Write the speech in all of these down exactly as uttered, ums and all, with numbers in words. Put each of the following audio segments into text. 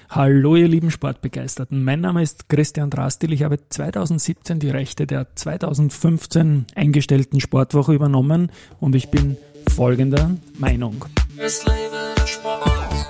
Hallo ihr lieben Sportbegeisterten, mein Name ist Christian Drastil. Ich habe zweitausendsiebzehn die Rechte der zweitausendfünfzehn eingestellten Sportwoche übernommen und ich bin folgender Meinung. Es lebe der Sport.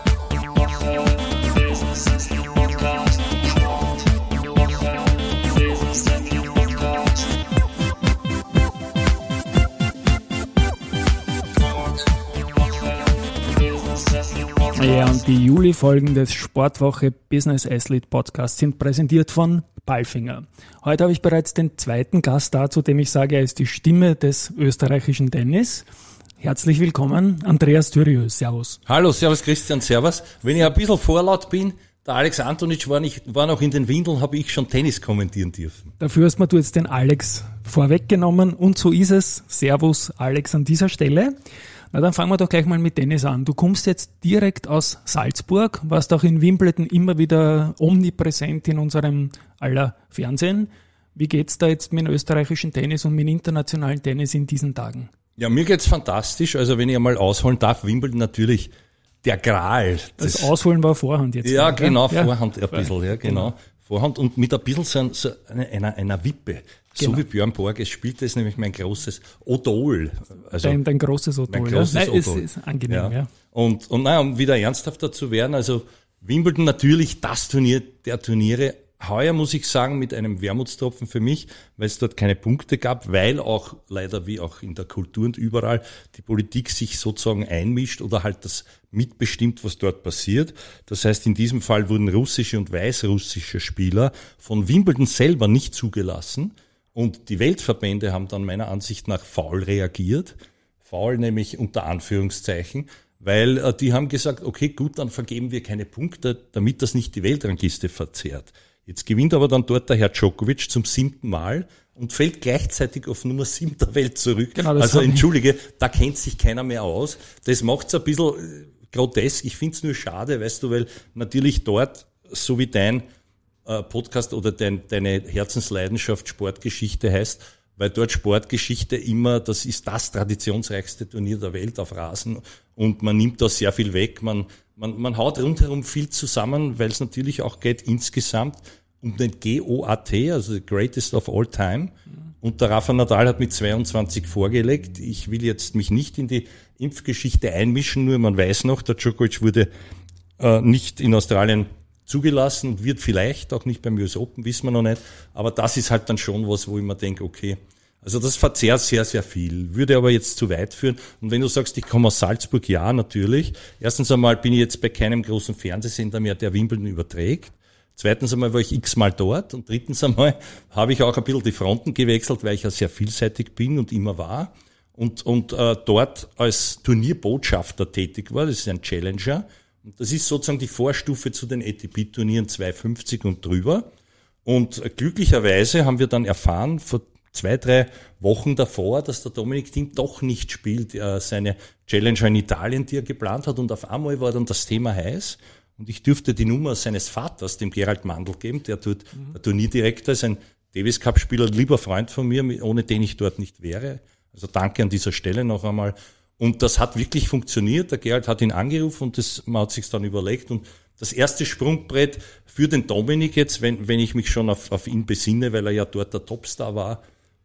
Ja, und die Juli-Folgen des Sportwoche Business Athlete Podcasts sind präsentiert von Palfinger. Heute habe ich bereits den zweiten Gast da, zu dem ich sage, er ist die Stimme des österreichischen Tennis. Herzlich willkommen, Andreas Thürieu. Servus. Hallo, servus Christian, servus. Wenn ich ein bisschen vorlaut bin, der Alex Antonic war, nicht, war noch in den Windeln, habe ich schon Tennis kommentieren dürfen. Dafür hast mir du jetzt den Alex vorweggenommen und so ist es. Servus Alex an dieser Stelle. Na, dann fangen wir doch gleich mal mit Tennis an. Du kommst jetzt direkt aus Salzburg, warst auch in Wimbledon immer wieder omnipräsent in unserem aller Fernsehen. Wie geht's da jetzt mit dem österreichischen Tennis und mit dem internationalen Tennis in diesen Tagen? Ja, mir geht's fantastisch. Also wenn ich einmal ausholen darf, Wimbledon natürlich der Gral. Das, das Ausholen war Vorhand jetzt. Ja, noch, genau, ja? Vorhand ein bisschen, ja, genau. genau. Vorhand und mit ein bisschen so, so einer, einer, einer Wippe. Genau. So wie Björn Borges spielt das nämlich mein großes Odol. Also dein, dein großes Odol. Mein großes ja? Nein, Odol. Ist, ist angenehm, ja. ja. Und, und naja, um wieder ernsthafter zu werden, also Wimbledon natürlich das Turnier der Turniere. Heuer muss ich sagen, mit einem Wermutstropfen für mich, weil es dort keine Punkte gab, weil auch leider wie auch in der Kultur und überall die Politik sich sozusagen einmischt oder halt das mitbestimmt, was dort passiert. Das heißt, in diesem Fall wurden russische und weißrussische Spieler von Wimbledon selber nicht zugelassen und die Weltverbände haben dann meiner Ansicht nach faul reagiert. Faul nämlich unter Anführungszeichen, weil äh, die haben gesagt, okay, gut, dann vergeben wir keine Punkte, damit das nicht die Weltrangliste verzerrt. Jetzt gewinnt aber dann dort der Herr Djokovic zum siebten Mal und fällt gleichzeitig auf Nummer sieben der Welt zurück. Genau, das also entschuldige, da kennt sich keiner mehr aus. Das macht's ein bisschen grotesk. Ich find's nur schade, weißt du, weil natürlich dort, so wie dein äh, Podcast oder dein, deine Herzensleidenschaft Sportgeschichte heißt, weil dort Sportgeschichte immer, das ist das traditionsreichste Turnier der Welt auf Rasen und man nimmt da sehr viel weg, man Man, man haut rundherum viel zusammen, weil es natürlich auch geht insgesamt um den G O A T, also the greatest of all time. Und der Rafa Nadal hat mit zweiundzwanzig vorgelegt. Ich will jetzt mich nicht in die Impfgeschichte einmischen, nur man weiß noch, der Djokovic wurde äh, nicht in Australien zugelassen und wird vielleicht auch nicht beim U S Open, wissen wir noch nicht. Aber das ist halt dann schon was, wo ich mir denke, okay, also das verzerrt sehr, sehr viel, würde aber jetzt zu weit führen. Und wenn du sagst, ich komme aus Salzburg, ja, natürlich. Erstens einmal bin ich jetzt bei keinem großen Fernsehsender mehr, der Wimbledon überträgt. Zweitens einmal war ich x-mal dort. Und drittens einmal habe ich auch ein bisschen die Fronten gewechselt, weil ich ja sehr vielseitig bin und immer war. Und, und äh, dort als Turnierbotschafter tätig war, das ist ein Challenger. Und das ist sozusagen die Vorstufe zu den A T P-Turnieren zweihundertfünfzig und drüber. Und äh, glücklicherweise haben wir dann erfahren, vor zwei, drei Wochen davor, dass der Dominic Thiem doch nicht spielt, äh, seine Challenger in Italien, die er geplant hat. Und auf einmal war dann das Thema heiß. Und ich dürfte die Nummer seines Vaters, dem Gerald Mandl, geben, der dort mhm. der Turnierdirektor ist, ein Davis Cup Spieler, lieber Freund von mir, ohne den ich dort nicht wäre. Also danke an dieser Stelle noch einmal. Und das hat wirklich funktioniert. Der Gerald hat ihn angerufen und das, man hat sich's dann überlegt. Und das erste Sprungbrett für den Dominik jetzt, wenn, wenn ich mich schon auf, auf ihn besinne, weil er ja dort der Topstar war,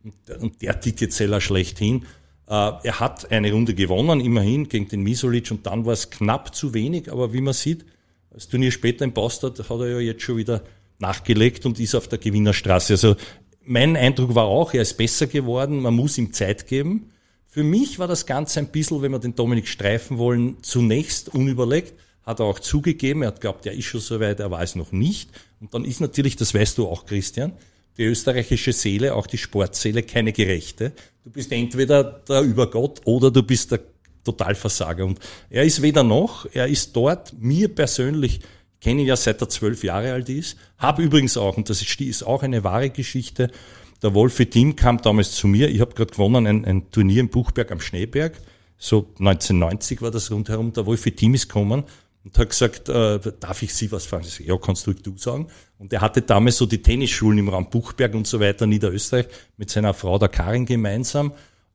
und der Ticketseller schlechthin. Er hat eine Runde gewonnen, immerhin, gegen den Misolic und dann war es knapp zu wenig, aber wie man sieht, das Turnier später in Bastard hat er ja jetzt schon wieder nachgelegt und ist auf der Gewinnerstraße. Also mein Eindruck war auch, er ist besser geworden, man muss ihm Zeit geben. Für mich war das Ganze ein bisschen, wenn wir den Dominik streifen wollen, zunächst unüberlegt, hat er auch zugegeben, er hat glaubt, er ist schon so weit, er war es noch nicht. Und dann ist natürlich, das weißt du auch, Christian, die österreichische Seele, auch die Sportseele, keine gerechte. Du bist entweder der Übergott oder du bist der Totalversager. Und er ist weder noch, er ist dort, mir persönlich, ich kenne ihn ja seit er zwölf Jahre alt ist, habe übrigens auch, und das ist auch eine wahre Geschichte, der Wolfi Thiem kam damals zu mir, ich habe gerade gewonnen, ein, ein Turnier in Buchberg am Schneeberg, so neunzehnhundertneunzig war das rundherum, der Wolfi Thiem ist gekommen und hat gesagt, äh, darf ich Sie was fragen? Ich sage, ja, kannst du, du sagen. Und er hatte damals so die Tennisschulen im Raum Buchberg und so weiter, Niederösterreich, mit seiner Frau, der Karin, gemeinsam.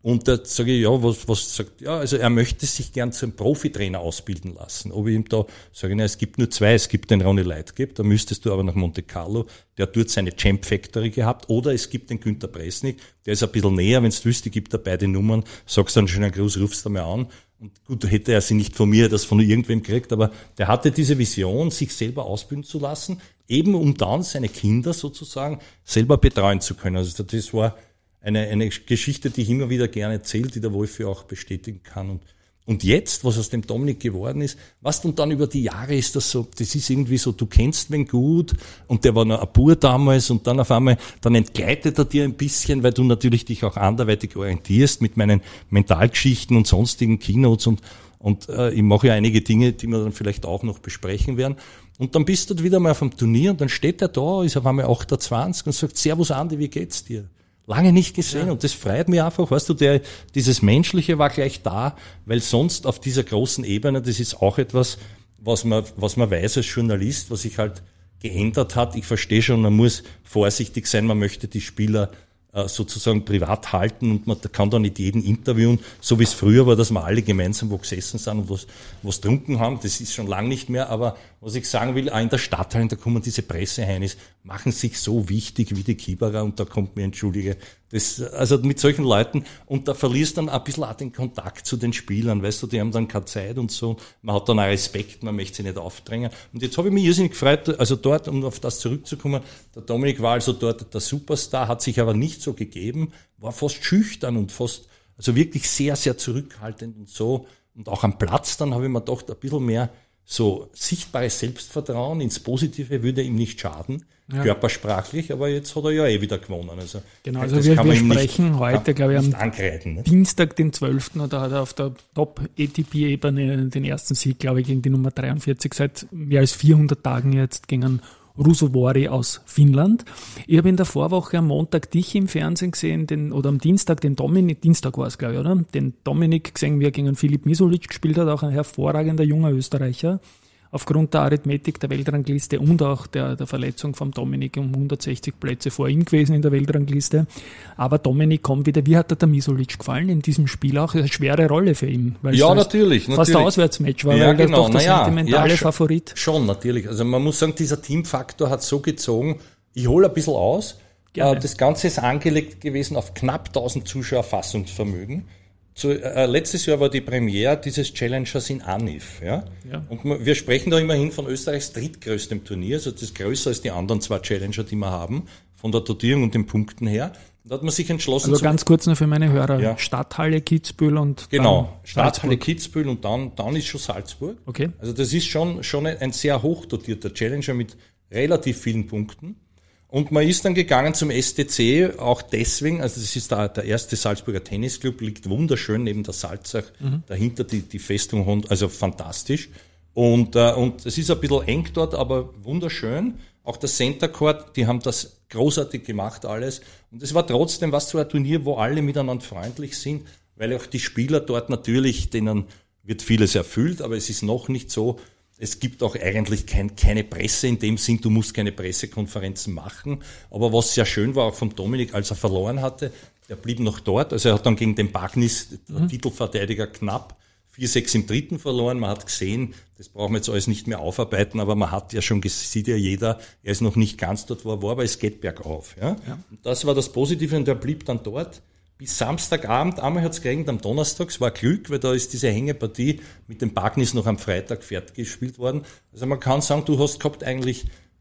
Und da sage ich, ja, was, was sagt, ja, also er möchte sich gern zum Profitrainer ausbilden lassen. Ob ich ihm da sage, na, es gibt nur zwei, es gibt den Ronny Leitgeb, da müsstest du aber nach Monte Carlo, der hat dort seine Champ Factory gehabt, oder es gibt den Günter Bresnik, der ist ein bisschen näher, wenn du wüsstest, gibt er beide Nummern, sagst dann schon einen Gruß, rufst du mal an. Und gut, hätte er sie nicht von mir, das von irgendwem gekriegt, aber der hatte diese Vision, sich selber ausbilden zu lassen, eben um dann seine Kinder sozusagen selber betreuen zu können. Also das war Eine, eine Geschichte, die ich immer wieder gerne erzähle, die der Wolfi auch bestätigen kann. Und, und jetzt, was aus dem Dominik geworden ist, was und dann über die Jahre ist das so, das ist irgendwie so, du kennst wen gut und der war noch ein Bur damals und dann auf einmal, dann entgleitet er dir ein bisschen, weil du natürlich dich auch anderweitig orientierst mit meinen Mentalgeschichten und sonstigen Keynotes und, und äh, ich mache ja einige Dinge, die wir dann vielleicht auch noch besprechen werden. Und dann bist du wieder mal auf dem Turnier und dann steht er da, ist auf einmal achtundzwanzig und sagt, Servus Andi, wie geht's dir? Lange nicht gesehen, ja. Und das freut mich einfach, weißt du, der, dieses Menschliche war gleich da, weil sonst auf dieser großen Ebene, das ist auch etwas, was man, was man weiß als Journalist, was sich halt geändert hat. Ich verstehe schon, man muss vorsichtig sein, man möchte die Spieler äh, sozusagen privat halten und man kann da nicht jeden interviewen, so wie es früher war, dass wir alle gemeinsam wo gesessen sind und was, was trunken haben, das ist schon lang nicht mehr, aber was ich sagen will, auch in der Stadthalle, da kommen diese Presseheinis, machen sich so wichtig wie die Kieberer und da kommt mir, entschuldige, das, also mit solchen Leuten und da verlierst dann ein bisschen auch den Kontakt zu den Spielern, weißt du, die haben dann keine Zeit und so, man hat dann auch Respekt, man möchte sie nicht aufdrängen und jetzt habe ich mich irrsinnig gefreut, also dort, um auf das zurückzukommen, der Dominik war also dort der Superstar, hat sich aber nicht so gegeben, war fast schüchtern und fast, also wirklich sehr, sehr zurückhaltend und so und auch am Platz dann habe ich mir gedacht, ein bisschen mehr so sichtbares Selbstvertrauen ins Positive würde ihm nicht schaden, ja. Körpersprachlich, aber jetzt hat er ja eh wieder gewonnen. Also, genau, also wir, wir sprechen nicht, heute, glaube ich, am angreifen, ne? Dienstag, den zwölften Da hat er auf der Top-A T P-Ebene den ersten Sieg, glaube ich, gegen die Nummer dreiundvierzig seit mehr als vierhundert Tagen jetzt gegen Ruusuvuori aus Finnland. Ich habe in der Vorwoche am Montag dich im Fernsehen gesehen, den, oder am Dienstag den Dominik, Dienstag war es, glaube ich, oder? Den Dominik gesehen, wie er gegen Filip Misulic gespielt hat, auch ein hervorragender junger Österreicher. Aufgrund der Arithmetik der Weltrangliste und auch der, der Verletzung vom Dominik um hundertsechzig Plätze vor ihm gewesen in der Weltrangliste. Aber Dominik kommt wieder. Wie hat dir der Misulic gefallen in diesem Spiel auch? Eine schwere Rolle für ihn. Weil ja, es natürlich. Fast natürlich. ein Auswärtsmatch war, ja, weil genau. das doch der naja, sentimentale ja, Favorit. Schon, natürlich. Also man muss sagen, dieser Teamfaktor hat so gezogen, ich hole ein bisschen aus. Gerne. Das Ganze ist angelegt gewesen auf knapp tausend Zuschauer Fassungsvermögen. Zu, äh, letztes Jahr war die Premiere dieses Challengers in Anif. Ja? Ja. Und wir sprechen da immerhin von Österreichs drittgrößtem Turnier, also das ist größer als die anderen zwei Challenger, die wir haben, von der Dotierung und den Punkten her. Und da hat man sich entschlossen... Also ganz kurz noch für meine Hörer, ja. Stadthalle Kitzbühel und Genau, Stadthalle Kitzbühel und dann, dann ist schon Salzburg. Okay. Also das ist schon, schon ein sehr hochdotierter Challenger mit relativ vielen Punkten. Und man ist dann gegangen zum S T C, auch deswegen, also das ist der, der erste Salzburger Tennisclub, liegt wunderschön neben der Salzach, mhm. dahinter die, die Festung, also fantastisch. Und, äh, und es ist ein bisschen eng dort, aber wunderschön. Auch der Center Court, die haben das großartig gemacht alles. Und es war trotzdem was zu ein Turnier, wo alle miteinander freundlich sind, weil auch die Spieler dort natürlich, denen wird vieles erfüllt, aber es ist noch nicht so. Es gibt auch eigentlich kein, keine Presse in dem Sinn, du musst keine Pressekonferenzen machen. Aber was sehr schön war, auch von Dominik, als er verloren hatte, der blieb noch dort. Also er hat dann gegen den Bagnis, der mhm. Titelverteidiger, knapp vier sechs im dritten verloren. Man hat gesehen, das brauchen wir jetzt alles nicht mehr aufarbeiten, aber man hat ja schon, sieht ja jeder, er ist noch nicht ganz dort, wo er war, aber es geht bergauf. Ja? Ja. Und das war das Positive und er blieb dann dort. Bis Samstagabend, einmal hat's geregnet, am Donnerstag, es war Glück, weil da ist diese Hängepartie mit dem Bagnis noch am Freitag fertig gespielt worden. Also man kann sagen, du hast gehabt eigentlich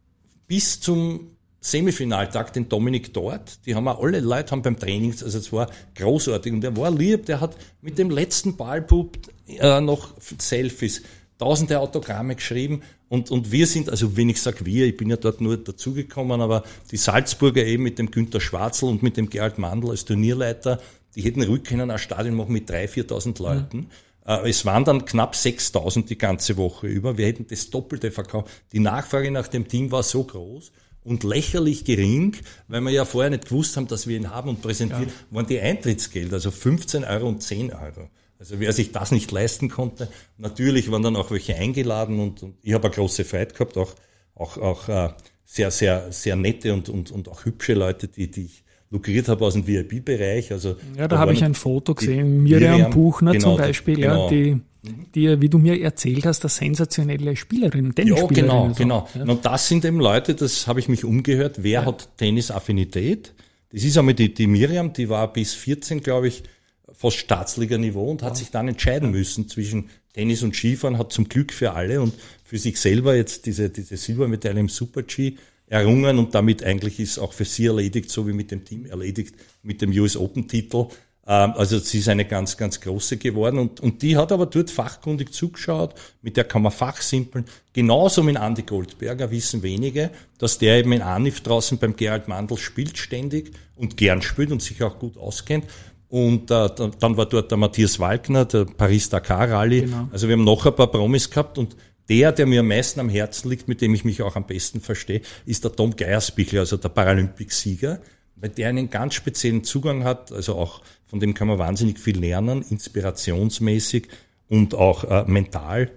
bis zum Semifinaltag den Dominik dort. Die haben auch alle Leute haben beim Training, also es war großartig und der war lieb, der hat mit dem letzten Ballpup äh, noch Selfies, tausende Autogramme geschrieben und, und wir sind, also wenn ich sage wir, ich bin ja dort nur dazugekommen, aber die Salzburger eben mit dem Günter Schwarzl und mit dem Gerald Mandl als Turnierleiter, die hätten ruhig können ein Stadion machen mit dreitausend, viertausend Leuten. Mhm. Äh, es waren dann knapp sechstausend die ganze Woche über. Wir hätten das Doppelte verkauft. Die Nachfrage nach dem Team war so groß und lächerlich gering, weil wir ja vorher nicht gewusst haben, dass wir ihn haben und präsentieren, ja. waren die Eintrittsgelder, also fünfzehn Euro und zehn Euro. Also wer sich das nicht leisten konnte, natürlich waren dann auch welche eingeladen und, und ich habe eine große Freude gehabt, auch, auch, auch äh, sehr, sehr, sehr nette und, und, und auch hübsche Leute, die, die ich lukriert habe aus dem V I P-Bereich. Also ja, da habe ich ein Foto gesehen, Miriam, Miriam Buchner genau, zum Beispiel, genau. ja, die, die, wie du mir erzählt hast, eine sensationelle Spielerin, Tennisspielerin. Ja, genau, so. genau. Ja. Und das sind eben Leute, das habe ich mich umgehört, wer ja. hat Tennisaffinität? Das ist einmal die, die Miriam, die war bis vierzehn, glaube ich, fast Staatsliga-Niveau und hat ja. sich dann entscheiden ja. müssen zwischen Tennis und Skifahren, hat zum Glück für alle und für sich selber jetzt diese, diese Silbermedaille im Super-G errungen und damit eigentlich ist auch für sie erledigt, so wie mit dem Team erledigt, mit dem U S Open-Titel. Also sie ist eine ganz, ganz große geworden und, und die hat aber dort fachkundig zugeschaut, mit der kann man fachsimpeln. Genauso mit Andi Goldberger wissen wenige, dass der eben in Anif draußen beim Gerald Mandl spielt ständig und gern spielt und sich auch gut auskennt. Und äh, dann war dort der Matthias Walkner, der Paris-Dakar-Rallye. Genau. Also wir haben noch ein paar Promis gehabt und der, der mir am meisten am Herzen liegt, mit dem ich mich auch am besten verstehe, ist der Tom Geiersbichler, also der Paralympicsieger, weil der einen ganz speziellen Zugang hat, also auch von dem kann man wahnsinnig viel lernen, inspirationsmäßig und auch äh, mental.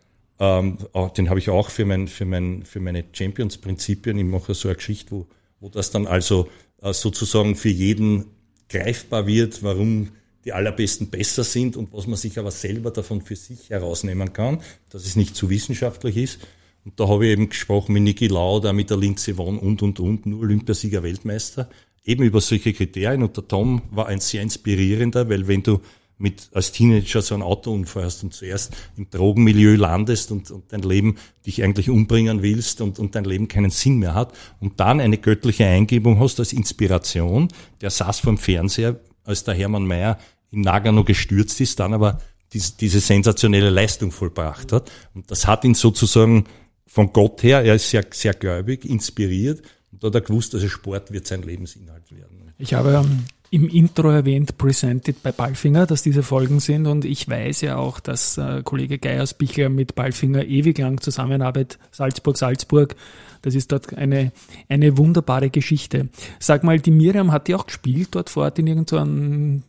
Ähm, auch, den habe ich auch für, mein, für, mein, für meine Champions-Prinzipien. Ich mache so eine Geschichte, wo, wo das dann also äh, sozusagen für jeden greifbar wird, warum die Allerbesten besser sind und was man sich aber selber davon für sich herausnehmen kann, dass es nicht zu wissenschaftlich ist. Und da habe ich eben gesprochen mit Niki Lauda, mit der Lindsey Vonn und, und, und, nur Olympiasieger, Weltmeister, eben über solche Kriterien. Und der Tom war ein sehr inspirierender, weil wenn du mit als Teenager so einen Autounfall hast und zuerst im Drogenmilieu landest und, und dein Leben dich eigentlich umbringen willst und, und dein Leben keinen Sinn mehr hat und dann eine göttliche Eingebung hast als Inspiration, der saß vor dem Fernseher, als der Hermann Mayer in Nagano gestürzt ist, dann aber diese, diese sensationelle Leistung vollbracht hat. Und das hat ihn sozusagen von Gott her, er ist sehr, sehr gläubig, inspiriert. Und da hat er gewusst, also Sport wird sein Lebensinhalt werden. Ich habe ähm, im Intro erwähnt, presented bei Palfinger, dass diese Folgen sind. Und ich weiß ja auch, dass äh, Kollege Geiersbichler mit Palfinger ewig lang zusammenarbeitet. Salzburg, Salzburg. Das ist dort eine, eine wunderbare Geschichte. Sag mal, die Miriam hat die auch gespielt dort vor Ort in irgendeinem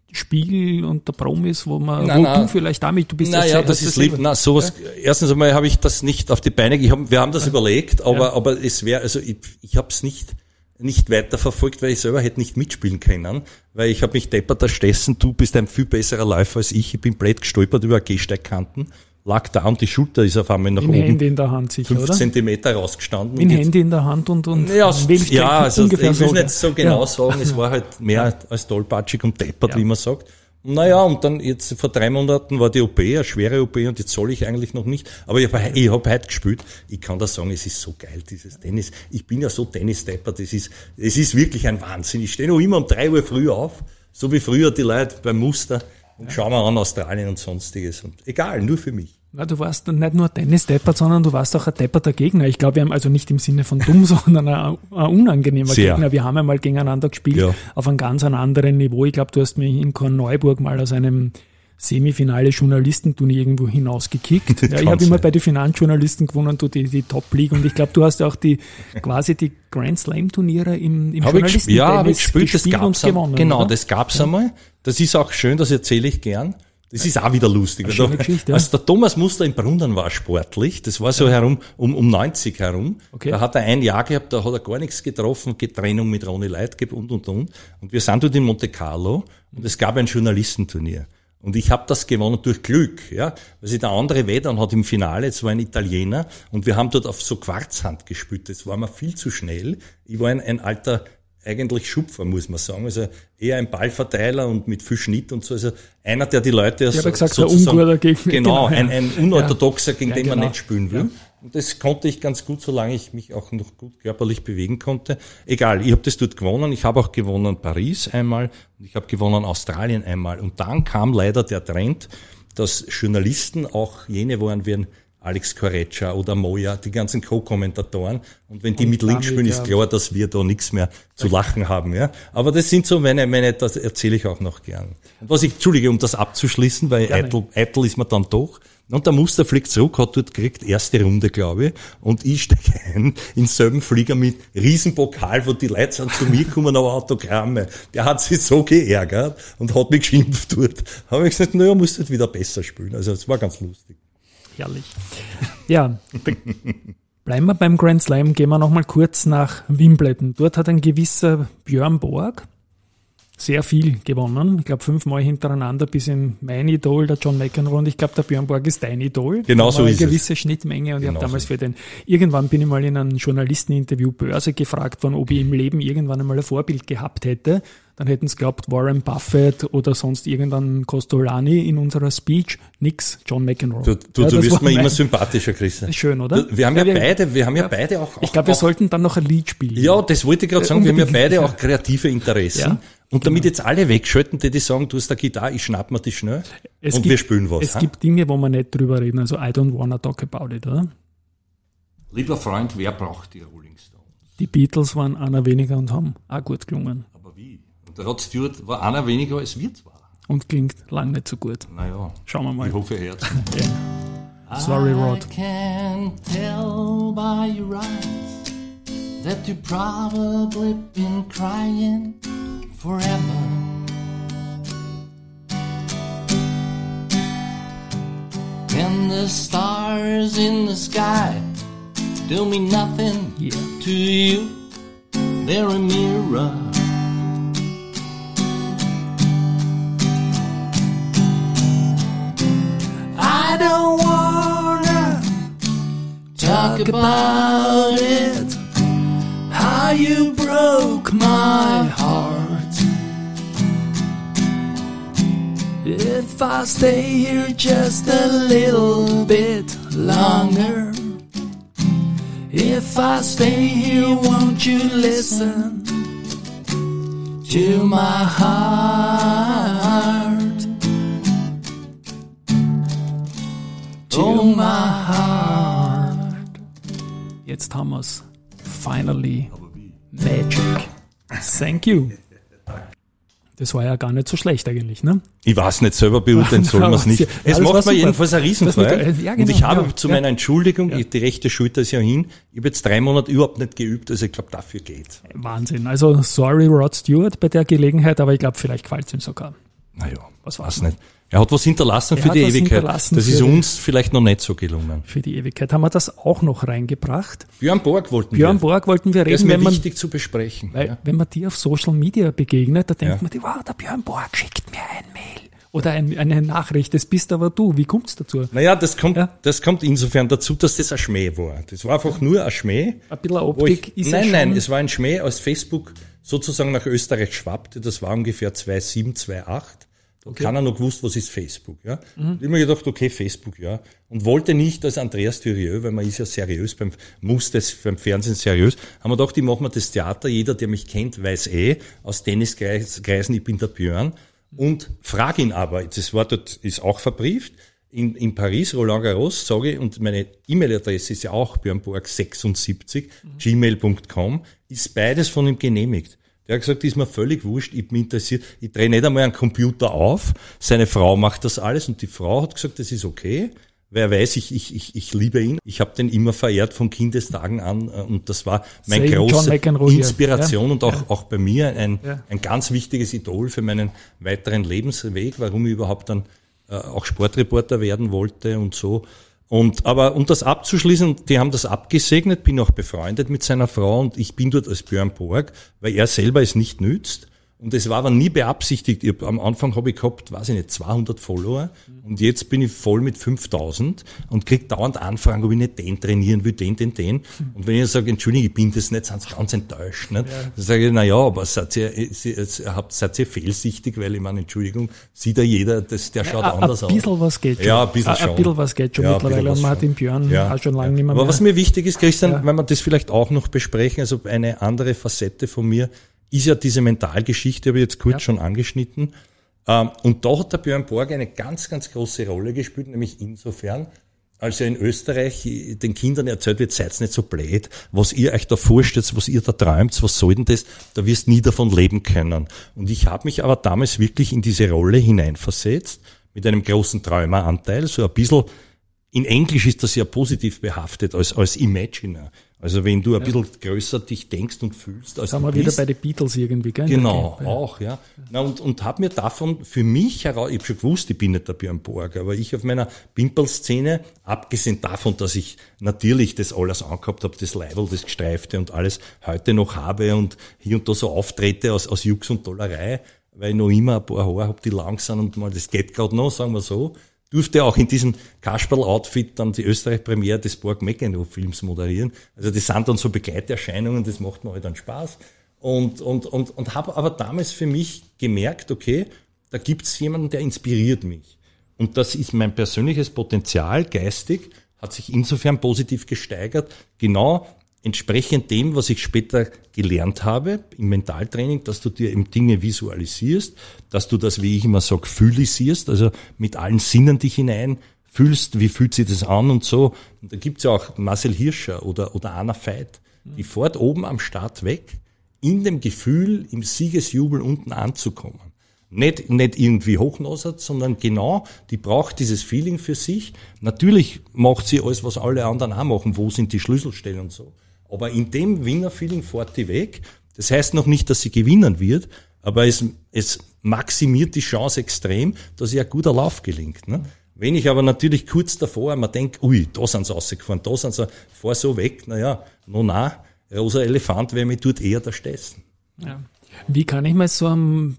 Spiel unter Promis, wo man, nein, wo nein. du vielleicht damit, du bist naja, ja das ist lieb. Na, sowas, ja. Erstens einmal habe ich das nicht auf die Beine, ich hab, wir haben das ja. überlegt, aber, ja. aber es wäre, also ich, ich habe es nicht, nicht weiter verfolgt, weil ich selber hätte nicht mitspielen können, weil ich habe mich deppert erstessen, du bist ein viel besserer Läufer als ich, ich bin blöd gestolpert über Gehsteigkanten, lag da und die Schulter ist auf einmal nach in oben. Handy in der Hand sicher, fünf oder? Zentimeter rausgestanden. In Handy in der Hand und, und ja, ja also ungefähr ich will so, nicht so genau ja. sagen, es war halt mehr ja. als tollpatschig und deppert, ja. wie man sagt. Naja, und dann jetzt vor drei Monaten war die O P, eine schwere O P, und jetzt soll ich eigentlich noch nicht. Aber ich habe ich hab heute gespielt. Ich kann das sagen, es ist so geil, dieses Tennis. Ich bin ja so Tennis-Depper, das ist, es ist wirklich ein Wahnsinn. Ich stehe noch immer um drei Uhr früh auf, so wie früher die Leute beim Muster, und ja. schauen wir an Australien und Sonstiges. Und egal, nur für mich. Ja, du warst nicht nur Tennis-deppert, sondern du warst auch ein depperter Gegner. Ich glaube, wir haben also nicht im Sinne von dumm, sondern ein, ein unangenehmer Sehr. Gegner. Wir haben einmal gegeneinander gespielt, ja. auf einem ganz anderen Niveau. Ich glaube, du hast mich in Korneuburg mal aus einem Semifinale Journalistenturnier irgendwo hinausgekickt. Ja, ich habe immer bei den Finanzjournalisten gewonnen, du die, die Top-League, und ich glaube, du hast auch die quasi die Grand Slam-Turniere im, im Journalistentennis ja, habe ich gespielt, gespielt das gab's und gewonnen. Genau, oder? das gab's ja. einmal. Das ist auch schön, das erzähle ich gern. Das ist auch wieder lustig. Da, ja. Also der Thomas Muster in Brunnen war sportlich, das war so ja. herum, um, um neunzig herum. Okay. Da hat er ein Jahr gehabt, da hat er gar nichts getroffen, Trennung mit Ronny Leitgeb und, und, und. Und wir sind dort in Monte Carlo und es gab ein Journalistenturnier. Und ich habe das gewonnen durch Glück, ja. Weil sich der andere Wedern hat im Finale, es war ein Italiener, und wir haben dort auf so Quarzhand gespielt. Das war mir viel zu schnell. Ich war ein, ein alter, eigentlich Schupfer, muss man sagen. Also eher ein Ballverteiler und mit viel Schnitt und so. Also einer, der die Leute ich so, habe gesagt, sozusagen, ein unguter Gegner. Genau, ein, ein unorthodoxer, gegen ja, den genau. man nicht spielen will. Ja. Und das konnte ich ganz gut, solange ich mich auch noch gut körperlich bewegen konnte. Egal, ich habe das dort gewonnen. Ich habe auch gewonnen Paris einmal und ich habe gewonnen Australien einmal. Und dann kam leider der Trend, dass Journalisten auch jene waren wie ein Alex Correggia oder Moya, die ganzen Co-Kommentatoren. Und wenn die und mit links spielen, ja. ist klar, dass wir da nichts mehr zu lachen haben. Ja. Aber das sind so meine, meine, das erzähle ich auch noch gern. Und was ich, Entschuldige, um das abzuschließen, weil eitel, eitel ist man dann doch. Und der Muster fliegt zurück, hat dort gekriegt, erste Runde, glaube ich. Und ich steige ein in selben Flieger mit Riesenpokal, wo die Leute sind zu mir gekommen, aber Autogramme. Der hat sich so geärgert und hat mich geschimpft dort. Habe ich gesagt, naja, musst du wieder besser spielen. Also es war ganz lustig. Herrlich. Ja, Bleiben wir beim Grand Slam, gehen wir nochmal kurz nach Wimbledon. Dort hat ein gewisser Björn Borg sehr viel gewonnen. Ich glaube, fünfmal hintereinander, bis in mein Idol, der John McEnroe. Und ich glaube, der Björn Borg ist dein Idol. Genau so ist es. Eine gewisse Schnittmenge. Und genau ich habe damals so. für den, irgendwann bin ich mal in einem Journalisteninterview Börse gefragt worden, ob ich im Leben irgendwann einmal ein Vorbild gehabt hätte. Dann hätten sie glaubt, Warren Buffett oder sonst irgendein Costolani in unserer Speech. Nix, John McEnroe. Du, du, ja, du wirst mir mein, immer sympathischer, Christian. Schön, oder? Wir haben ja, ja wir, beide, wir haben ja, ja beide auch. Ich glaube, wir auch, sollten dann noch ein Lied spielen. Ja, das wollte ich gerade sagen. Wir haben ja beide auch kreative Interessen. Ja, und damit jetzt alle wegschalten, die, die sagen, du hast eine Gitarre, ich schnapp mir die schnell. Es und gibt, wir spielen was. Es ha? gibt Dinge, wo wir nicht drüber reden. Also, I don't wanna talk about it, oder? Lieber Freund, wer braucht die Rolling Stones? Die Beatles waren einer weniger und haben auch gut gelungen. Aber wie? Und der Rod Stewart war einer weniger, als wir zwar. Und klingt lang nicht so gut. Naja. Schauen wir mal. Ich hoffe, er hört's. Yeah. Sorry, Rod. I can tell by your eyes that you've probably been crying forever. And the stars in the sky do mean nothing Yeah. to you. They're a mirror. I don't wanna talk about it, how you broke my heart. If I stay here just a little bit longer, if I stay here, won't you listen to my heart? To my heart. Jetzt haben wir's. Finally. Magic. Thank you. Das war ja gar nicht so schlecht eigentlich, ne? Ich weiß nicht, selber beurteilen soll man es nicht. Ja, Es das war macht mir super. jedenfalls eine Riesenfreude. Das mit- ja, Und genau, ich habe ja, zu ja. meiner Entschuldigung, Ja. die rechte Schulter ist ja hin, ich habe jetzt drei Monate überhaupt nicht geübt, also ich glaube, dafür geht's. Wahnsinn. Also, sorry, Rod Stewart bei der Gelegenheit, aber ich glaube, vielleicht gefällt es ihm sogar. Naja, Was weiß war's? nicht. Er hat was hinterlassen Er für hat die was Ewigkeit. hinterlassen Das für ist die- uns vielleicht noch nicht so gelungen. Für die Ewigkeit haben wir das auch noch reingebracht. Björn Borg wollten Björn wir. Borg wollten wir Der ist reden, mir wenn man, wichtig zu besprechen. weil, ja. wenn man dir auf Social Media begegnet, da denkt Ja. man, die, wow, der Björn Borg schickt mir ein Mail. Oder ein, eine Nachricht, das bist aber du. Wie kommt's dazu? Naja, das kommt, Ja. das kommt insofern dazu, dass das ein Schmäh war. Das war einfach nur ein Schmäh. Ein bisschen wo Optik ich, ist Nein, ja nein, schon- es war ein Schmäh, als Facebook sozusagen nach Österreich schwappte. Das war ungefähr zweitausendsieben, zweitausendacht. Da hat keiner noch gewusst, was ist Facebook. Ja? Mhm. Und immer gedacht, okay, Facebook, ja. Und wollte nicht als Andreas Thürieu, weil man ist ja seriös, beim, muss das beim Fernsehen seriös, haben wir gedacht, ich mache mir das Theater. Jeder, der mich kennt, weiß eh, aus Tenniskreisen, ich bin der Björn. Und frage ihn aber, das Wort dort ist auch verbrieft, in, in Paris, Roland Garros, sage ich, und meine E-Mail-Adresse ist ja auch björnborg sechsundsiebzig, gmail punkt com, ist beides von ihm genehmigt. Der hat gesagt, ist mir völlig wurscht, ich bin interessiert, ich drehe nicht einmal einen Computer auf, seine Frau macht das alles und die Frau hat gesagt, das ist okay, weil er weiß, ich, ich, ich, ich liebe ihn. Ich habe den immer verehrt von Kindestagen an und das war meine Same John große McEnroe hier. Inspiration Ja. und auch, Ja. auch bei mir ein, Ja. ein ganz wichtiges Idol für meinen weiteren Lebensweg, warum ich überhaupt dann äh, auch Sportreporter werden wollte und so. Und aber um das abzuschließen, die haben das abgesegnet, bin auch befreundet mit seiner Frau und ich bin dort als Björn Borg, weil er selber es nicht nützt. Und es war aber nie beabsichtigt. Ich hab, am Anfang habe ich gehabt, weiß ich nicht, zweihundert Follower und jetzt bin ich voll mit fünftausend und krieg dauernd Anfragen, ob ich nicht den trainieren will, den, den, den. Und wenn ich sage, Entschuldigung, ich bin das nicht, sind sie ganz enttäuscht. Nicht? Dann sage ich, na ja, aber seid ihr, ihr habt, seid ihr fehlsichtig, weil ich meine, Entschuldigung, sieht ja jeder, das, der schaut Ein anders aus. Ein bisschen was geht schon. Ja, ein bisschen Ein- schon. Ein bisschen was geht schon Ja, ein mittlerweile. bisschen Und man was hat den Björn Ja. auch schon lange nicht mehr. Aber mehr. was mir wichtig ist, Christian, Ja. wenn wir das vielleicht auch noch besprechen, also eine andere Facette von mir, ist ja diese Mentalgeschichte, habe ich jetzt kurz Ja. schon angeschnitten. Ähm, Und da hat der Björn Borg eine ganz, ganz große Rolle gespielt, nämlich insofern, als er in Österreich den Kindern erzählt wird, seid nicht so blöd, was ihr euch da vorstellt, was ihr da träumt, was soll denn das, da wirst nie davon leben können. Und ich habe mich aber damals wirklich in diese Rolle hineinversetzt, mit einem großen Träumeranteil, so ein bisschen, in Englisch ist das ja positiv behaftet als, als Imaginer. Also wenn du ein ja. bisschen größer dich denkst und fühlst, als sind du wir bist. wieder bei den Beatles irgendwie, gell? Genau, okay. auch, ja. Na, und, und habe mir davon für mich heraus, ich habe schon gewusst, ich bin nicht der Björn Borg, aber ich auf meiner Pimpel-Szene, abgesehen davon, dass ich natürlich das alles angehabt habe, das Leibel, das Gestreifte und alles heute noch habe und hier und da so auftrete aus, aus Jux und Dollerei, weil ich noch immer ein paar Haare habe, die lang sind und mal, das geht gerade noch, sagen wir so. Durfte auch in diesem Kasperl-Outfit dann die Österreich-Premiere des Borg-McEnroe-Films moderieren. Also das sind dann so Begleiterscheinungen, das macht mir halt dann Spaß. Und, und, und, und habe aber damals für mich gemerkt, okay, da gibt's jemanden, der inspiriert mich. Und das ist mein persönliches Potenzial, geistig, hat sich insofern positiv gesteigert, genau entsprechend dem, was ich später gelernt habe im Mentaltraining, dass du dir eben Dinge visualisierst, dass du das, wie ich immer sage, fühlisierst, also mit allen Sinnen dich hinein fühlst, wie fühlt sich das an und so. Und da gibt's ja auch Marcel Hirscher oder, oder Anna Veit, die fährt oben am Start weg, in dem Gefühl, im Siegesjubel unten anzukommen. Nicht, nicht irgendwie hochnasert, sondern genau, die braucht dieses Feeling für sich. Natürlich macht sie alles, was alle anderen auch machen, wo sind die Schlüsselstellen und so. Aber in dem Winner-Feeling fährt die weg. Das heißt noch nicht, dass sie gewinnen wird, aber es, es maximiert die Chance extrem, dass ihr ein guter Lauf gelingt. Ne? Wenn ich aber natürlich kurz davor mir denke, ui, da sind sie rausgefahren, da sind sie, fahr so weg, naja, no na, rosa Elefant wäre mir dort eher der Stessen. Ja. Wie kann ich mir so ein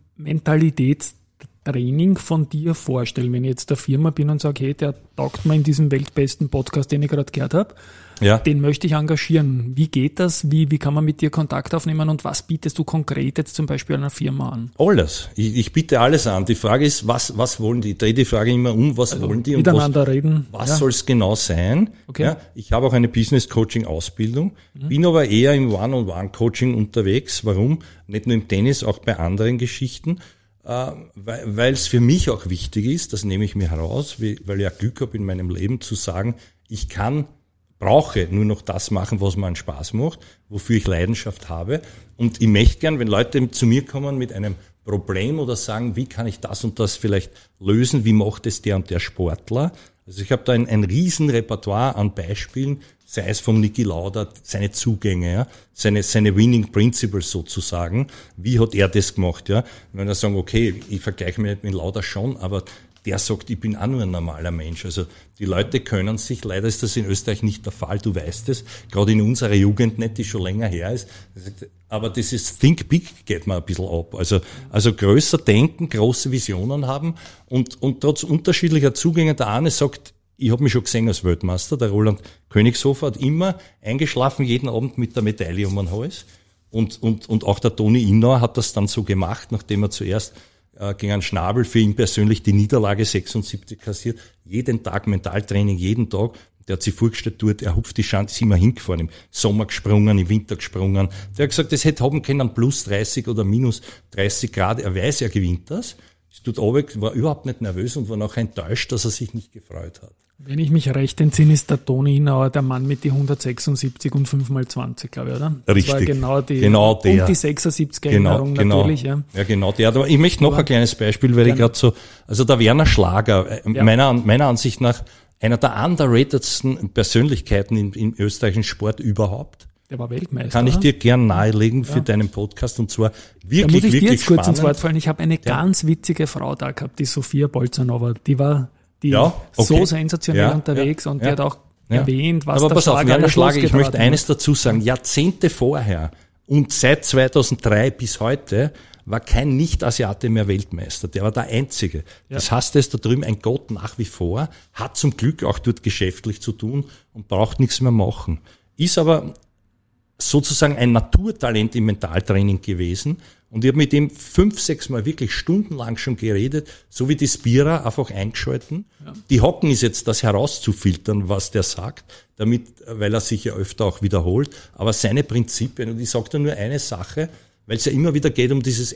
Mentalitätstraining von dir vorstellen, wenn ich jetzt der Firma bin und sage, hey, der taugt mir in diesem weltbesten Podcast, den ich gerade gehört habe, ja. Den möchte ich engagieren. Wie geht das? Wie, wie kann man mit dir Kontakt aufnehmen und was bietest du konkret jetzt zum Beispiel einer Firma an? Alles. Ich, ich biete alles an. Die Frage ist, was, was wollen die? Ich drehe die Frage immer um, was also wollen die? Und miteinander was, reden. Was ja. soll es genau sein? Okay. Ja, ich habe auch eine Business-Coaching-Ausbildung, mhm. bin aber eher im One-on-One-Coaching unterwegs. Warum? Nicht nur im Tennis, auch bei anderen Geschichten. Äh, weil es für mich auch wichtig ist, das nehme ich mir heraus, weil ich ja Glück habe in meinem Leben zu sagen, ich kann brauche nur noch das machen, was mir einen Spaß macht, wofür ich Leidenschaft habe. Und ich möchte gern, wenn Leute zu mir kommen mit einem Problem oder sagen, wie kann ich das und das vielleicht lösen, wie macht es der und der Sportler? Also ich habe da ein, ein riesen Repertoire an Beispielen, sei es von Niki Lauda, seine Zugänge, ja, seine, seine Winning Principles sozusagen. Wie hat er das gemacht? Ja? Wenn er sagen, okay, ich vergleiche mich nicht mit Lauda schon, aber der sagt, ich bin auch nur ein normaler Mensch. Also die Leute können sich, leider ist das in Österreich nicht der Fall, du weißt es, gerade in unserer Jugend nicht, die schon länger her ist. Aber dieses Think Big geht mir ein bisschen ab. Also, also größer denken, große Visionen haben und, und trotz unterschiedlicher Zugänge, der eine sagt, ich habe mich schon gesehen als Weltmeister, der Roland Königshofer hat immer eingeschlafen, jeden Abend mit der Medaille um den Hals. Und, und, und auch der Toni Innauer hat das dann so gemacht, nachdem er zuerst gegen einen Schnabel für ihn persönlich die Niederlage sechsundsiebzig kassiert. Jeden Tag Mentaltraining, jeden Tag. Der hat sich vorgestellt, dort, er hupft die Schanze, ist immer hingefahren, im Sommer gesprungen, im Winter gesprungen. Der hat gesagt, das hätte haben können plus dreißig oder minus dreißig Grad. Er weiß, er gewinnt das. Es tut runter, war überhaupt nicht nervös und war nachher enttäuscht, dass er sich nicht gefreut hat. Wenn ich mich recht entsinne, ist der Toni Innauer der Mann mit die hundertsechsundsiebzig und fünf mal zwanzig, glaube ich, oder? Richtig. Das war genau die, genau der. Und die sechsundsiebziger Erinnerung genau, natürlich, genau. ja. Ja, genau der. Aber ich möchte noch Aber ein kleines Beispiel, weil gerne. ich gerade so, also der Werner Schlager, ja. meiner, meiner Ansicht nach einer der underratedsten Persönlichkeiten im, im österreichischen Sport überhaupt. Der war Weltmeister. Kann ich dir gern nahelegen für ja. deinen Podcast und zwar wirklich, da muss ich wirklich dir jetzt spannend. kurz ins Wort fallen. Ich habe eine ja. ganz witzige Frau da gehabt, die Sophia Bolzanova. Die war die ja, okay. so sensationell ja, unterwegs ja, und die ja. hat auch ja. erwähnt, was Aber der pass Schlager auf, Werner Schlager, ich möchte eines hat. dazu sagen. Jahrzehnte vorher und seit zweitausenddrei bis heute war kein Nicht-Asiate mehr Weltmeister. Der war der Einzige. Ja. Das heißt, er ist da drüben ein Gott nach wie vor, hat zum Glück auch dort geschäftlich zu tun und braucht nichts mehr machen. Ist aber sozusagen ein Naturtalent im Mentaltraining gewesen. Und ich habe mit ihm fünf, sechs Mal wirklich stundenlang schon geredet, so wie die Spira, einfach eingeschalten. Ja. Die Hocken ist jetzt, das herauszufiltern, was der sagt, damit, weil er sich ja öfter auch wiederholt. Aber seine Prinzipien, und ich sage da nur eine Sache, weil es ja immer wieder geht um dieses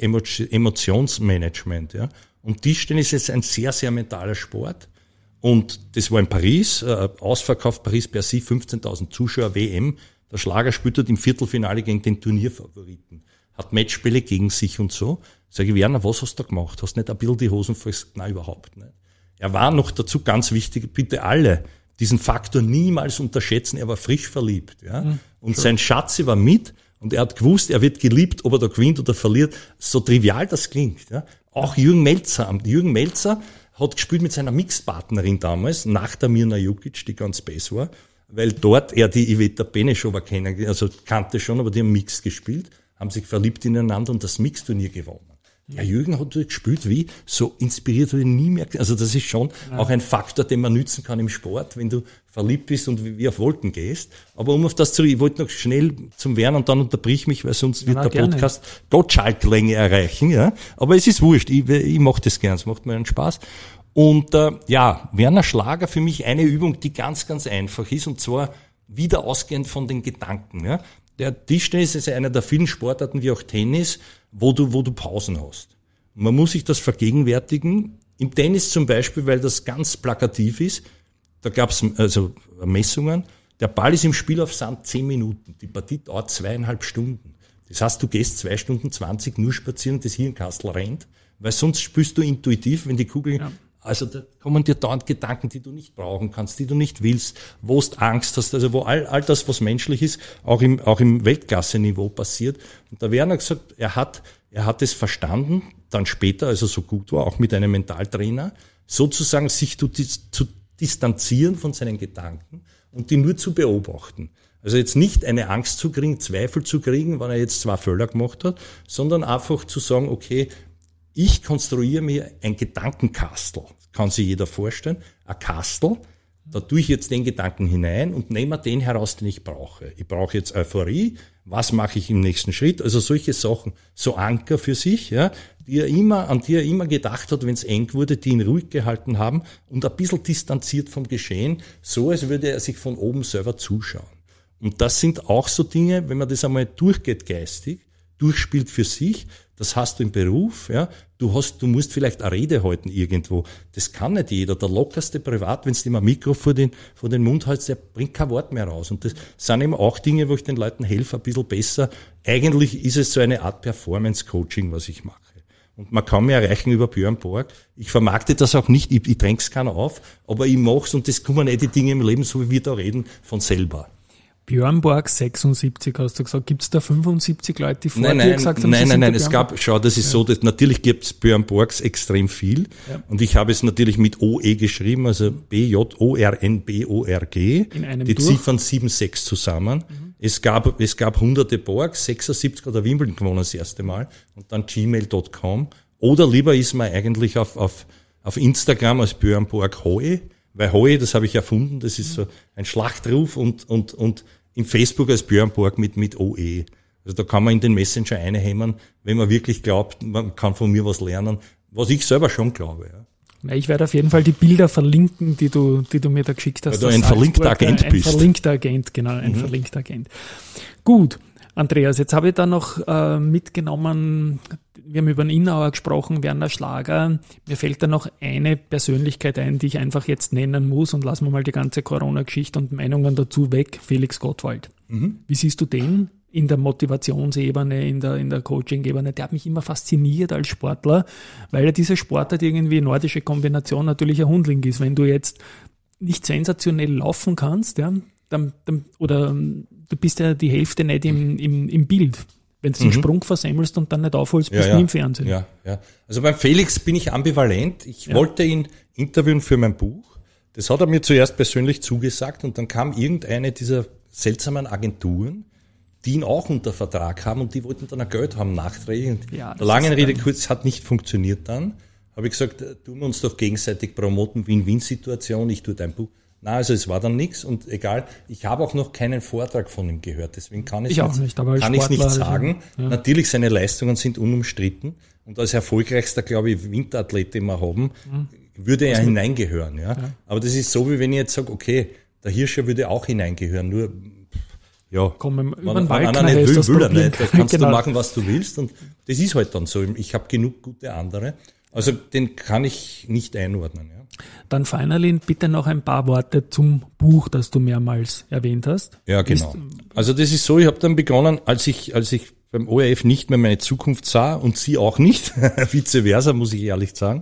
Emotionsmanagement. Ja. Und Tischtennis ist ein sehr, sehr mentaler Sport. Und das war in Paris, äh, ausverkauft Paris per se, fünfzehntausend Zuschauer, W M. Der Schlager spielt dort im Viertelfinale gegen den Turnierfavoriten. Hat Matchspiele gegen sich und so. Sag ich, Werner, was hast du da gemacht? Hast nicht ein bisschen die Hosen voll? Nein, überhaupt nicht. Er war noch dazu ganz wichtig, bitte alle, diesen Faktor niemals unterschätzen. Er war frisch verliebt, ja. Mhm, und schon. Sein Schatzi war mit und er hat gewusst, er wird geliebt, ob er da gewinnt oder verliert. So trivial das klingt, ja. Auch Jürgen Melzer, Jürgen Melzer hat gespielt mit seiner Mixpartnerin damals, nach der Mirna Jukic, die ganz bass war, weil dort er die Iveta Benešová kennen, also kannte schon, aber die haben Mix gespielt, haben sich verliebt ineinander und das Mixturnier gewonnen. Ja, Jürgen hat gespielt wie, so inspiriert habe ich nie mehr. Also das ist schon ja. auch ein Faktor, den man nützen kann im Sport, wenn du verliebt bist und wie auf Wolken gehst. Aber um auf das zu, ich wollte noch schnell zum Werner und dann unterbrich mich, weil sonst wird ja, der gerne. Podcast Gottschalk-Länge erreichen. Ja, aber es ist wurscht, ich, ich mache das gern, es macht mir einen Spaß. Und äh, ja, Werner Schlager für mich eine Übung, die ganz, ganz einfach ist, und zwar wieder ausgehend von den Gedanken. Ja. Der Tischtennis ist einer der vielen Sportarten wie auch Tennis, wo du, wo du Pausen hast. Man muss sich das vergegenwärtigen. Im Tennis zum Beispiel, weil das ganz plakativ ist, da gab's also Messungen, der Ball ist im Spiel auf Sand zehn Minuten, die Partie dauert zweieinhalb Stunden. Das heißt, du gehst zwei Stunden zwanzig nur spazieren und das Hirnkastel rennt, weil sonst spielst du intuitiv, wenn die Kugel... Ja. Also da kommen dir dauernd Gedanken, die du nicht brauchen kannst, die du nicht willst, wo du Angst hast, also wo all, all das, was menschlich ist, auch im, auch im Weltklasse-Niveau passiert. Und da Werner gesagt, er hat, er hat es verstanden, dann später, also so gut war, auch mit einem Mentaltrainer, sozusagen sich zu, zu distanzieren von seinen Gedanken und die nur zu beobachten. Also jetzt nicht eine Angst zu kriegen, Zweifel zu kriegen, wenn er jetzt zwei Fehler gemacht hat, sondern einfach zu sagen, okay, ich konstruiere mir ein Gedankenkastel. Kann sich jeder vorstellen. Ein Kastel. Da tue ich jetzt den Gedanken hinein und nehme den heraus, den ich brauche. Ich brauche jetzt Euphorie. Was mache ich im nächsten Schritt? Also solche Sachen, so Anker für sich, ja, die er immer, an die er immer gedacht hat, wenn es eng wurde, die ihn ruhig gehalten haben und ein bisschen distanziert vom Geschehen, so als würde er sich von oben selber zuschauen. Und das sind auch so Dinge, wenn man das einmal durchgeht geistig, durchspielt für sich, das hast du im Beruf, ja. Du hast, du musst vielleicht eine Rede halten irgendwo. Das kann nicht jeder. Der lockerste Privat, wenn du ihm ein Mikro vor den, vor den Mund hältst, der bringt kein Wort mehr raus. Und das sind eben auch Dinge, wo ich den Leuten helfe, ein bisschen besser. Eigentlich ist es so eine Art Performance-Coaching, was ich mache. Und man kann mich erreichen über Björn Borg. Ich vermarkte das auch nicht, ich, ich dräng's keiner auf, aber ich mach's und das kommen nicht die Dinge im Leben, so wie wir da reden, von selber. Björn Borg sechsundsiebzig, hast du gesagt. Gibt es da fünfundsiebzig Leute, die vor nein, dir nein, gesagt haben, nein, sie nein, nein, sind es gab, schau, das ist ja. so, dass, natürlich gibt es Björn Borgs extrem viel. Ja. Und ich habe es natürlich mit O E geschrieben, also B J O R N B O R G. In einem die durch. Ziffern sieben sechs zusammen. Mhm. Es gab, es gab hunderte Borgs, sechsundsiebzig hat er Wimbledon gewonnen das erste Mal. Und dann gmail Punkt com. Oder lieber ist man eigentlich auf, auf, auf Instagram als Björn Borg Hohe. Weil Hohe, das habe ich erfunden, das ist so ein Schlachtruf und, und, und, im Facebook als Björn Borg mit, mit O E. Also da kann man in den Messenger einhämmern, wenn man wirklich glaubt, man kann von mir was lernen, was ich selber schon glaube. Ja. Ich werde auf jeden Fall die Bilder verlinken, die du, die du mir da geschickt hast. Weil du ein verlinkter Agent ein bist. Ein verlinkter Agent, genau, ein mhm. verlinkter Agent. Gut, Andreas, jetzt habe ich da noch äh, mitgenommen, wir haben über den Innauer gesprochen, Werner Schlager. Mir fällt da noch eine Persönlichkeit ein, die ich einfach jetzt nennen muss und lassen wir mal die ganze Corona-Geschichte und Meinungen dazu weg, Felix Gottwald. Mhm. Wie siehst du den in der Motivationsebene, in der, in der Coaching-Ebene? Der hat mich immer fasziniert als Sportler, weil er diese Sportart irgendwie nordische Kombination natürlich ein Hundling ist. Wenn du jetzt nicht sensationell laufen kannst, ja, dann, dann, oder du bist ja die Hälfte nicht im, im, im Bild. Wenn du den mhm. Sprung versemmelst und dann nicht aufholst, bist ja, du ja. im Fernsehen. Ja, ja. Also beim Felix bin ich ambivalent. Ich ja. wollte ihn interviewen für mein Buch. Das hat er mir zuerst persönlich zugesagt und dann kam irgendeine dieser seltsamen Agenturen, die ihn auch unter Vertrag haben und die wollten dann ein Geld haben nachträglich. Und ja, der langen Rede kurz, hat nicht funktioniert dann. Habe ich gesagt, tun wir uns doch gegenseitig promoten, Win-Win-Situation, ich tue dein Buch. Na, also es war dann nichts und egal, ich habe auch noch keinen Vortrag von ihm gehört, deswegen kann ich es nicht, kann ich nicht sagen. Ja. Natürlich, seine Leistungen sind unumstritten und als erfolgreichster, glaube ich, Winterathlet, den wir haben, mhm. würde er hineingehören. Ja? ja. Aber das ist so, wie wenn ich jetzt sage, okay, der Hirscher würde auch hineingehören, nur ja, Komm, wenn einer nicht will, will er nicht, da kannst genau. du machen, was du willst und das ist halt dann so. Ich habe genug gute andere, also den kann ich nicht einordnen. Ja. Dann finally bitte noch ein paar Worte zum Buch, das du mehrmals erwähnt hast. Ja, genau. Also das ist so, ich habe dann begonnen, als ich als ich beim O R F nicht mehr meine Zukunft sah und sie auch nicht, vice versa, muss ich ehrlich sagen,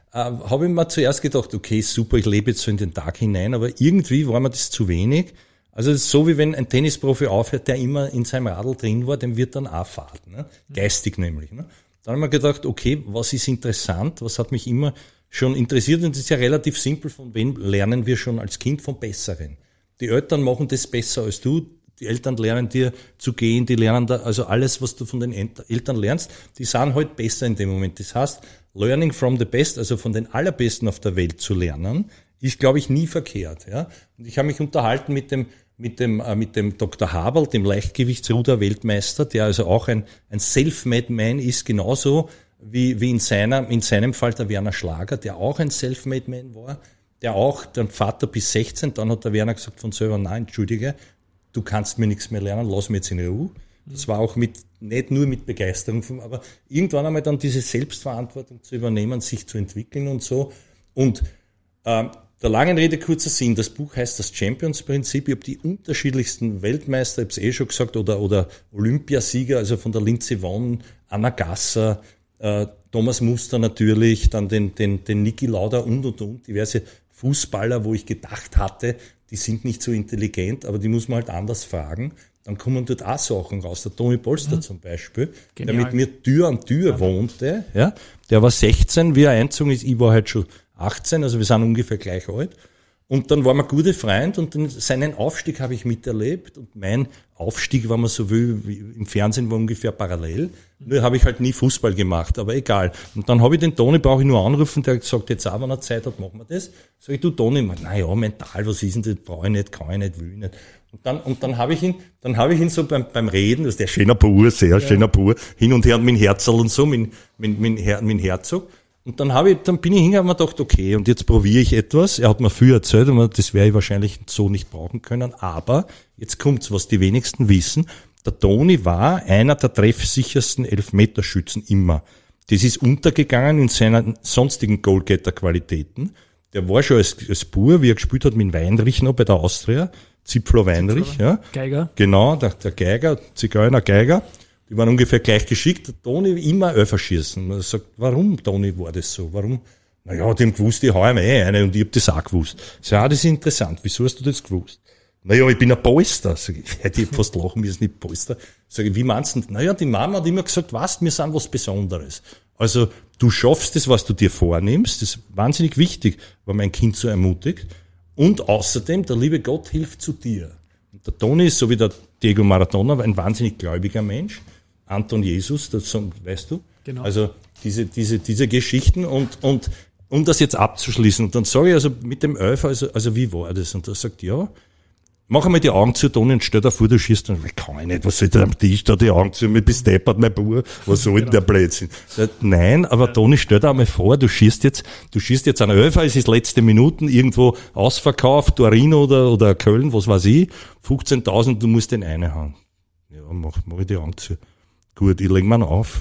äh, habe ich mir zuerst gedacht, okay, super, ich lebe jetzt so in den Tag hinein, aber irgendwie war mir das zu wenig. Also das ist so, wie wenn ein Tennisprofi aufhört, der immer in seinem Radl drin war, dem wird dann auch Fahrt, ne? Geistig nämlich. Ne? Dann haben wir gedacht, okay, was ist interessant, was hat mich immer schon interessiert, und das ist ja relativ simpel, von wem lernen wir schon als Kind? Vom Besseren. Die Eltern machen das besser als du, die Eltern lernen dir zu gehen, die lernen da, also alles, was du von den Eltern lernst, die sind halt besser in dem Moment. Das heißt, learning from the best, also von den Allerbesten auf der Welt zu lernen, ist, glaube ich, nie verkehrt. Ja? Und ich habe mich unterhalten mit dem mit dem äh, mit dem Doktor Haberl, dem Leichtgewichtsruder-Weltmeister, der also auch ein ein Self-Made Man ist, genauso wie wie in seiner in seinem Fall der Werner Schlager, der auch ein Self-Made Man war, der auch der Vater bis sechzehn, dann hat der Werner gesagt von selber, nein, entschuldige, du kannst mir nichts mehr lernen, lass mich jetzt in Ruhe. Das war auch mit nicht nur mit Begeisterung, aber irgendwann einmal dann diese Selbstverantwortung zu übernehmen, sich zu entwickeln und so. Und ähm, der langen Rede, kurzer Sinn, das Buch heißt das Champions-Prinzip. Ich habe die unterschiedlichsten Weltmeister, ich habe es eh schon gesagt, oder, oder Olympiasieger, also von der Lindsey Vonn, Anna Gasser, äh, Thomas Muster natürlich, dann den, den, den Niki Lauda und, und, und, diverse Fußballer, wo ich gedacht hatte, die sind nicht so intelligent, aber die muss man halt anders fragen. Dann kommen dort auch Sachen raus. Der Toni Polster mhm. zum Beispiel, Genial. Der mit mir Tür an Tür ja. wohnte, ja, der war sechzehn, wie er eingezogen ist, ich war halt schon achtzehn, also wir sind ungefähr gleich alt. Und dann waren wir gute Freunde und den, seinen Aufstieg habe ich miterlebt und mein Aufstieg, wenn man so will, wie im Fernsehen war ungefähr parallel. Nur habe ich halt nie Fußball gemacht, aber egal. Und dann habe ich den Toni, brauche ich nur anrufen, der hat gesagt, jetzt auch, wenn er Zeit hat, machen wir das. Sag ich, du Toni, naja, mental, was ist denn das, brauche ich nicht, kann ich nicht, will ich nicht. Und dann, und dann habe ich ihn, dann habe ich ihn so beim, beim Reden, das ist der schöner Bauer, sehr ja. schöner Bauer, hin und her mit dem Herzl und so, mit, mit, mit, mit dem Herzog. Und dann habe ich, dann bin ich hingegangen und mir gedacht, okay, und jetzt probiere ich etwas. Er hat mir viel erzählt, und das werde ich wahrscheinlich so nicht brauchen können. Aber jetzt kommt's, was die wenigsten wissen. Der Toni war einer der treffsichersten Elfmeterschützen immer. Das ist untergegangen in seinen sonstigen Goalgetter-Qualitäten. Der war schon als, als Bur, wie er gespielt hat mit Weinrich noch bei der Austria. Zipfler Weinrich, ja. Geiger. Genau, der, der Geiger, Zigeuner Geiger. Die waren ungefähr gleich geschickt. Der Toni immer Elfer schießen. Man sagt, warum, Toni, war das so? Warum? Naja, die haben gewusst, ich hau ihm eh eine, und ich hab das auch gewusst. Ich sag, ah, das ist interessant. Wieso hast du das gewusst? Naja, ich bin ein Polster. Sag ich, hätte ich fast lachen müssen, nicht Polster. Sag ich, wie meinst du? Naja, die Mama hat immer gesagt, was, wir sind was Besonderes. Also, du schaffst das, was du dir vornimmst. Das ist wahnsinnig wichtig, wenn man ein Kind so ermutigt. Und außerdem, der liebe Gott hilft zu dir. Und der Toni ist, so wie der Diego Maradona, ein wahnsinnig gläubiger Mensch. Anton Jesus, das weißt du? Genau. Also diese diese diese Geschichten und und um das jetzt abzuschließen, und dann sage ich also mit dem Elfer, also also wie war das? Und er sagt, ja, mach einmal die Augen zu, Toni, und stell dir vor, du schießt, und ich kann ich nicht, was soll der am Tisch da die Augen zu, mir bist deppert, mein Bub, was soll denn der Blödsinn? Nein, aber Toni, stell dir einmal vor, du schießt jetzt, du schießt jetzt einen Elfer, es ist letzte Minuten, irgendwo ausverkauft, Torino oder oder Köln, was weiß ich, fünfzehntausend, du musst den eine haben. Ja, mach, mach ich die Augen zu. Gut, ich leg mir auf.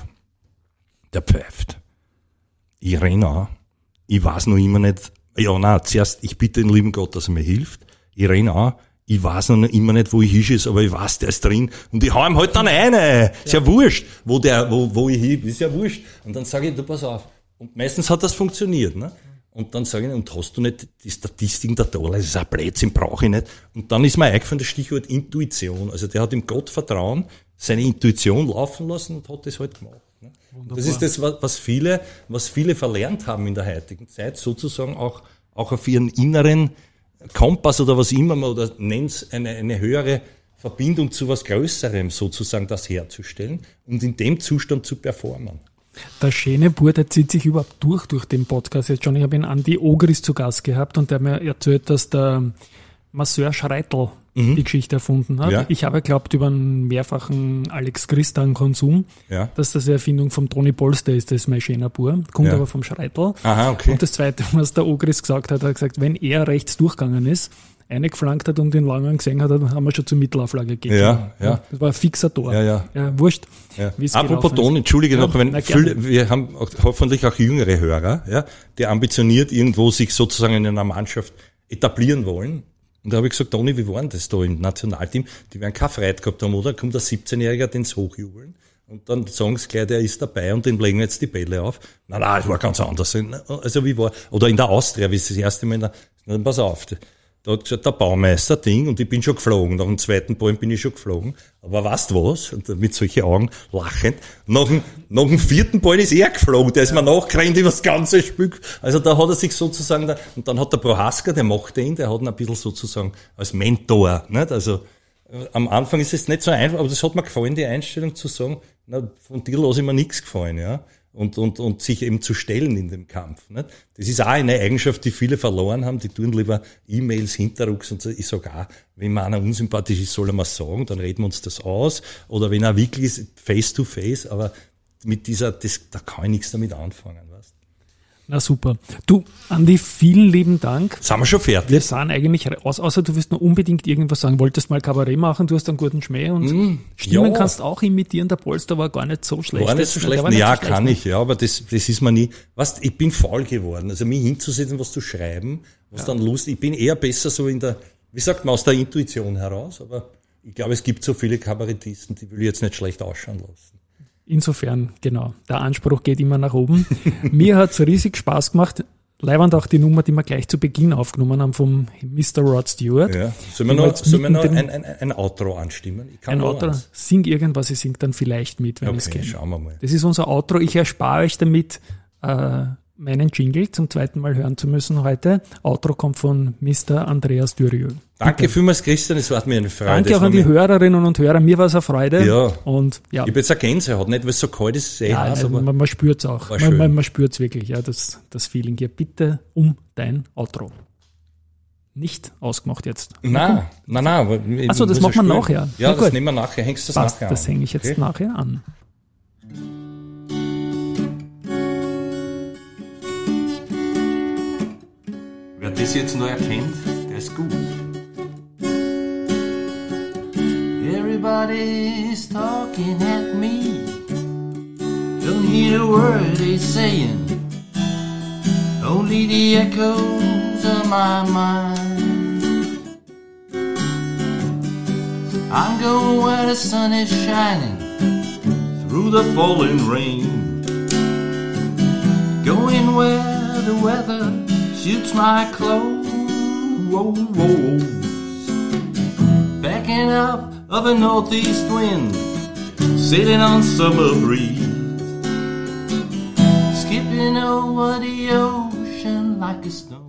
Der pfeift. Ich renn an. Ich weiß noch immer nicht, ja, nein, zuerst, ich bitte den lieben Gott, dass er mir hilft. Ich renn an. Ich weiß noch immer nicht, wo ich hinschieße, aber ich weiß, der ist drin. Und ich hau ihm halt dann eine. Ist ja wurscht, wo der, wo, wo ich hin, ist ja wurscht. Und dann sage ich, du, pass auf. Und meistens hat das funktioniert, ne? Und dann sage ich, und hast du nicht die Statistiken der Dollar? Das ist ein Blödsinn, brauche ich nicht. Und dann ist mir eingefallen, das Stichwort Intuition. Also der hat im Gott Vertrauen seine Intuition laufen lassen und hat das halt gemacht. Das ist das, was viele, was viele verlernt haben in der heutigen Zeit, sozusagen auch, auch auf ihren inneren Kompass oder was immer man, oder nennt's eine, eine höhere Verbindung zu was Größerem sozusagen, das herzustellen und in dem Zustand zu performen. Der schöne Bur, der zieht sich überhaupt durch, durch den Podcast jetzt schon. Ich habe ihn Andi Ogris zu Gast gehabt und der hat mir erzählt, dass der Masseur Schreitl mhm. die Geschichte erfunden hat. Ja. Ich habe geglaubt, über einen mehrfachen Alex Christian-Konsum, ja. dass das eine Erfindung vom Toni Polster ist, das ist mein schöner Bur. Kommt ja. aber vom Schreitl. Aha, okay. Und das Zweite, was der Ogris gesagt hat, er hat gesagt, wenn er rechts durchgegangen ist, eine geflankt hat und den Langen gesehen hat, dann haben wir schon zur Mittelauflage gegeben. Ja, ja. Das war ein fixer Tor. Ja, ja. ja wurscht. Ja. Apropos Toni, entschuldige ja, noch, wenn na, viel, wir haben auch, hoffentlich auch jüngere Hörer, ja, die ambitioniert irgendwo sich sozusagen in einer Mannschaft etablieren wollen. Und da habe ich gesagt, Toni, wie war denn das da im Nationalteam? Die werden keine Freude gehabt haben, oder? Kommt ein siebzehnjähriger, den sie hochjubeln. Und dann sagen sie gleich, der ist dabei und dem legen wir jetzt die Bälle auf. Nein, nein, es war ganz anders. Also wie war, oder in der Austria, wie es das erste Mal in der, dann pass auf, da hat gesagt, der Baumeister Ding, und ich bin schon geflogen. Nach dem zweiten Ball bin ich schon geflogen. Aber weißt du was? Und mit solchen Augen lachend. Nach dem, nach dem vierten Ball ist er geflogen. Der ist mir nachgerannt über das ganze Spiel. Also da hat er sich sozusagen, und dann hat der Prohaska, der macht den, der hat ihn ein bisschen sozusagen als Mentor, nicht? Also, am Anfang ist es nicht so einfach, aber das hat mir gefallen, die Einstellung zu sagen, na, von dir lasse ich mir nichts gefallen, ja. Und, und, und sich eben zu stellen in dem Kampf, nicht? Das ist auch eine Eigenschaft, die viele verloren haben, die tun lieber E-Mails, Hinterrucks und so. Ich sage auch, wenn mir einer unsympathisch ist, soll er mal sagen, dann reden wir uns das aus. Oder wenn er wirklich ist, face to face, aber mit dieser, das, da kann ich nichts damit anfangen, weißt? Na super. Du, Andi, vielen lieben Dank. Sind wir schon fertig? Wir sind eigentlich raus, außer du wirst noch unbedingt irgendwas sagen. Wolltest mal Kabarett machen, du hast einen guten Schmäh und mm, Stimmen ja. kannst auch imitieren. Der Polster war gar nicht so schlecht. War nicht so schlecht. Nicht ja, so schlecht, kann ne? ich, ja, aber das, das ist mir nie, weißt, ich bin faul geworden. Also mich hinzusetzen, was zu schreiben, was ja. dann Lust, ich bin eher besser so in der, wie sagt man, aus der Intuition heraus, aber ich glaube, es gibt so viele Kabarettisten, die will ich jetzt nicht schlecht ausschauen lassen. Insofern, genau, der Anspruch geht immer nach oben. Mir hat's riesig Spaß gemacht. Leiwand auch die Nummer, die wir gleich zu Beginn aufgenommen haben vom Mister Rod Stewart. Ja. Sollen wir noch, sollen wir noch ein, ein, ein Outro anstimmen? Ich kann ein Outro. Eins. Sing irgendwas, ich sing dann vielleicht mit, wenn okay, es geht. Schauen wir mal. Das ist unser Outro. Ich erspare euch damit, äh, meinen Jingle zum zweiten Mal hören zu müssen heute. Outro kommt von Mister Andreas Dürieu. Danke Bitte. vielmals, Christian, es war mir eine Freude. Danke auch an die Hörerinnen und Hörer, mir war es eine Freude. Ja. Und, ja. Ich habe jetzt eine Gänsehaut, nicht weil es so kalt ist, sehr ja, heiß, aber man, man spürt es auch. Man, man, man spürt es wirklich, ja, das, das Feeling hier. Bitte um dein Outro. Nicht ausgemacht jetzt. Nein, nein, nein. Achso, das machen wir nachher. Ja, das nehmen wir nachher. Hängst du das Passt, nachher an? Das hänge ich jetzt okay. nachher an. Wer das jetzt noch erkennt, der ist gut. Everybody's talking at me. Don't hear a word they're saying. Only the echoes of my mind. I'm going where the sun is shining through the falling rain. Going where the weather suits my clothes. Backing up of a northeast wind, sailing on summer breeze, skipping over the ocean like a stone.